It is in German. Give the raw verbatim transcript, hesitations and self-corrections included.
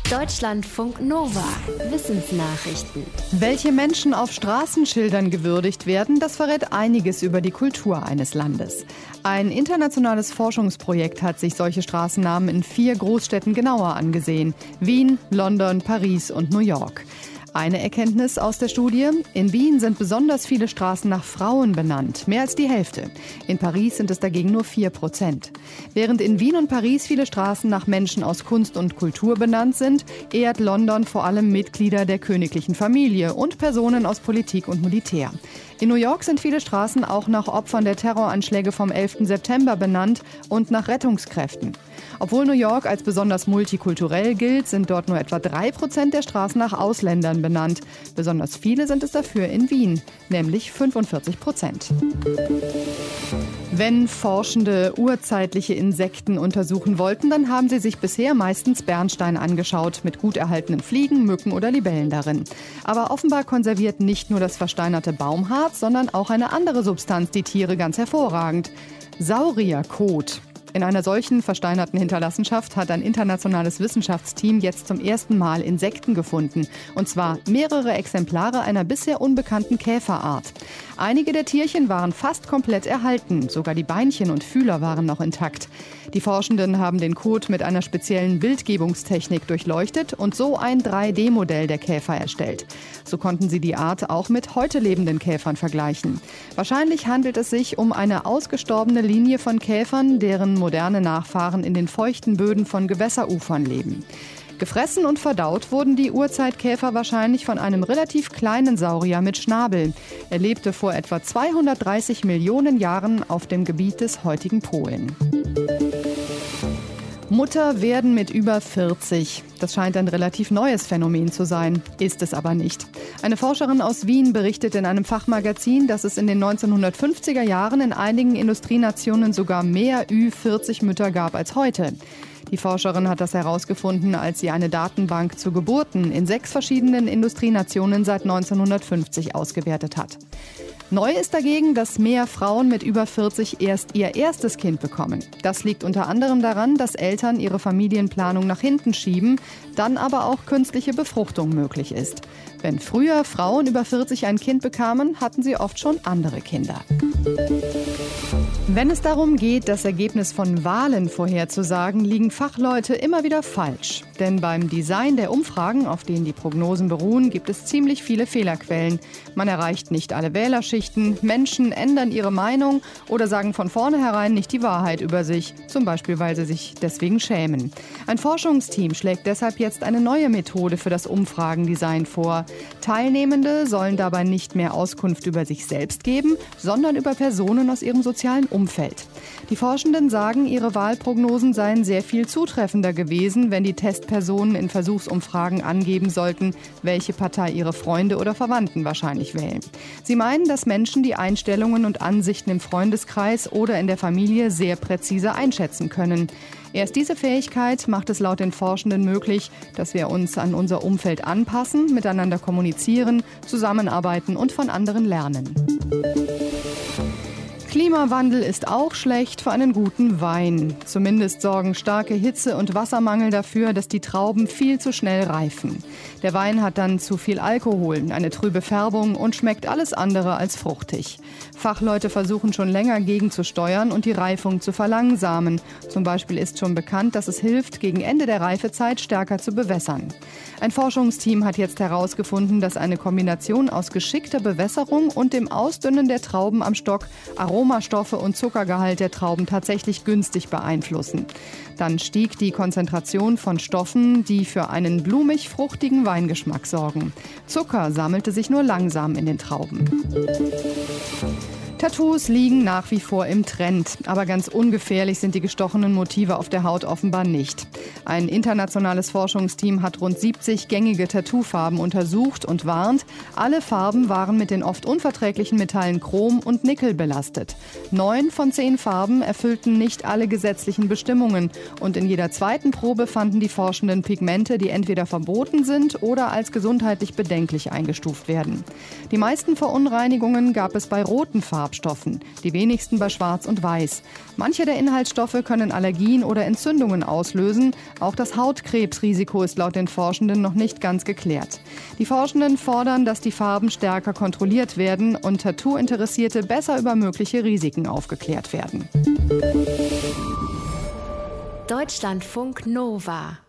Deutschlandfunk Nova. Wissensnachrichten. Welche Menschen auf Straßenschildern gewürdigt werden, das verrät einiges über die Kultur eines Landes. Ein internationales Forschungsprojekt hat sich solche Straßennamen in vier Großstädten genauer angesehen: Wien, London, Paris und New York. Eine Erkenntnis aus der Studie: In Wien sind besonders viele Straßen nach Frauen benannt, mehr als die Hälfte. In Paris sind es dagegen nur vier Prozent. Während in Wien und Paris viele Straßen nach Menschen aus Kunst und Kultur benannt sind, ehrt London vor allem Mitglieder der königlichen Familie und Personen aus Politik und Militär. In New York sind viele Straßen auch nach Opfern der Terroranschläge vom elften September benannt und nach Rettungskräften. Obwohl New York als besonders multikulturell gilt, sind dort nur etwa drei Prozent der Straßen nach Ausländern benannt. Besonders viele sind es dafür in Wien, nämlich fünfundvierzig Prozent. Wenn Forschende urzeitliche Insekten untersuchen wollten, dann haben sie sich bisher meistens Bernstein angeschaut, mit gut erhaltenen Fliegen, Mücken oder Libellen darin. Aber offenbar konserviert nicht nur das versteinerte Baumharz, sondern auch eine andere Substanz die Tiere ganz hervorragend: Saurierkot. In einer solchen versteinerten Hinterlassenschaft hat ein internationales Wissenschaftsteam jetzt zum ersten Mal Insekten gefunden. Und zwar mehrere Exemplare einer bisher unbekannten Käferart. Einige der Tierchen waren fast komplett erhalten. Sogar die Beinchen und Fühler waren noch intakt. Die Forschenden haben den Kot mit einer speziellen Bildgebungstechnik durchleuchtet und so ein drei D Modell der Käfer erstellt. So konnten sie die Art auch mit heute lebenden Käfern vergleichen. Wahrscheinlich handelt es sich um eine ausgestorbene Linie von Käfern, deren moderne Nachfahren in den feuchten Böden von Gewässerufern leben. Gefressen und verdaut wurden die Urzeitkäfer wahrscheinlich von einem relativ kleinen Saurier mit Schnabel. Er lebte vor etwa zweihundertdreißig Millionen Jahren auf dem Gebiet des heutigen Polen. Mutter werden mit über vierzig. Das scheint ein relativ neues Phänomen zu sein, ist es aber nicht. Eine Forscherin aus Wien berichtet in einem Fachmagazin, dass es in den neunzehnhundertfünfziger Jahren in einigen Industrienationen sogar mehr Ü vierzig Mütter gab als heute. Die Forscherin hat das herausgefunden, als sie eine Datenbank zu Geburten in sechs verschiedenen Industrienationen seit neunzehnhundertfünfzig ausgewertet hat. Neu ist dagegen, dass mehr Frauen mit über vierzig erst ihr erstes Kind bekommen. Das liegt unter anderem daran, dass Eltern ihre Familienplanung nach hinten schieben, dann aber auch künstliche Befruchtung möglich ist. Wenn früher Frauen über vierzig ein Kind bekamen, hatten sie oft schon andere Kinder. Wenn es darum geht, das Ergebnis von Wahlen vorherzusagen, liegen Fachleute immer wieder falsch. Denn beim Design der Umfragen, auf denen die Prognosen beruhen, gibt es ziemlich viele Fehlerquellen. Man erreicht nicht alle Wählerschichten, Menschen ändern ihre Meinung oder sagen von vornherein nicht die Wahrheit über sich, zum Beispiel weil sie sich deswegen schämen. Ein Forschungsteam schlägt deshalb jetzt eine neue Methode für das Umfragendesign vor. Teilnehmende sollen dabei nicht mehr Auskunft über sich selbst geben, sondern über Personen aus ihrem sozialen Umfeld. Die Forschenden sagen, ihre Wahlprognosen seien sehr viel zutreffender gewesen, wenn die Testpersonen in Versuchsumfragen angeben sollten, welche Partei ihre Freunde oder Verwandten wahrscheinlich wählen. Sie meinen, dass Menschen die Einstellungen und Ansichten im Freundeskreis oder in der Familie sehr präzise einschätzen können. Erst diese Fähigkeit macht es laut den Forschenden möglich, dass wir uns an unser Umfeld anpassen, miteinander kommunizieren, zusammenarbeiten und von anderen lernen. Klimawandel ist auch schlecht für einen guten Wein. Zumindest sorgen starke Hitze und Wassermangel dafür, dass die Trauben viel zu schnell reifen. Der Wein hat dann zu viel Alkohol, eine trübe Färbung und schmeckt alles andere als fruchtig. Fachleute versuchen schon länger gegenzusteuern und die Reifung zu verlangsamen. Zum Beispiel ist schon bekannt, dass es hilft, gegen Ende der Reifezeit stärker zu bewässern. Ein Forschungsteam hat jetzt herausgefunden, dass eine Kombination aus geschickter Bewässerung und dem Ausdünnen der Trauben am Stock Aromastoffe und Zuckergehalt der Trauben tatsächlich günstig beeinflussen. Dann stieg die Konzentration von Stoffen, die für einen blumig-fruchtigen Weingeschmack sorgen. Zucker sammelte sich nur langsam in den Trauben. Tattoos liegen nach wie vor im Trend, aber ganz ungefährlich sind die gestochenen Motive auf der Haut offenbar nicht. Ein internationales Forschungsteam hat rund siebzig gängige Tattoofarben untersucht und warnt, alle Farben waren mit den oft unverträglichen Metallen Chrom und Nickel belastet. Neun von zehn Farben erfüllten nicht alle gesetzlichen Bestimmungen und in jeder zweiten Probe fanden die Forschenden Pigmente, die entweder verboten sind oder als gesundheitlich bedenklich eingestuft werden. Die meisten Verunreinigungen gab es bei roten Farben. Farbstoffen, die wenigsten bei Schwarz und Weiß. Manche der Inhaltsstoffe können Allergien oder Entzündungen auslösen. Auch das Hautkrebsrisiko ist laut den Forschenden noch nicht ganz geklärt. Die Forschenden fordern, dass die Farben stärker kontrolliert werden und Tattoo-Interessierte besser über mögliche Risiken aufgeklärt werden. Deutschlandfunk Nova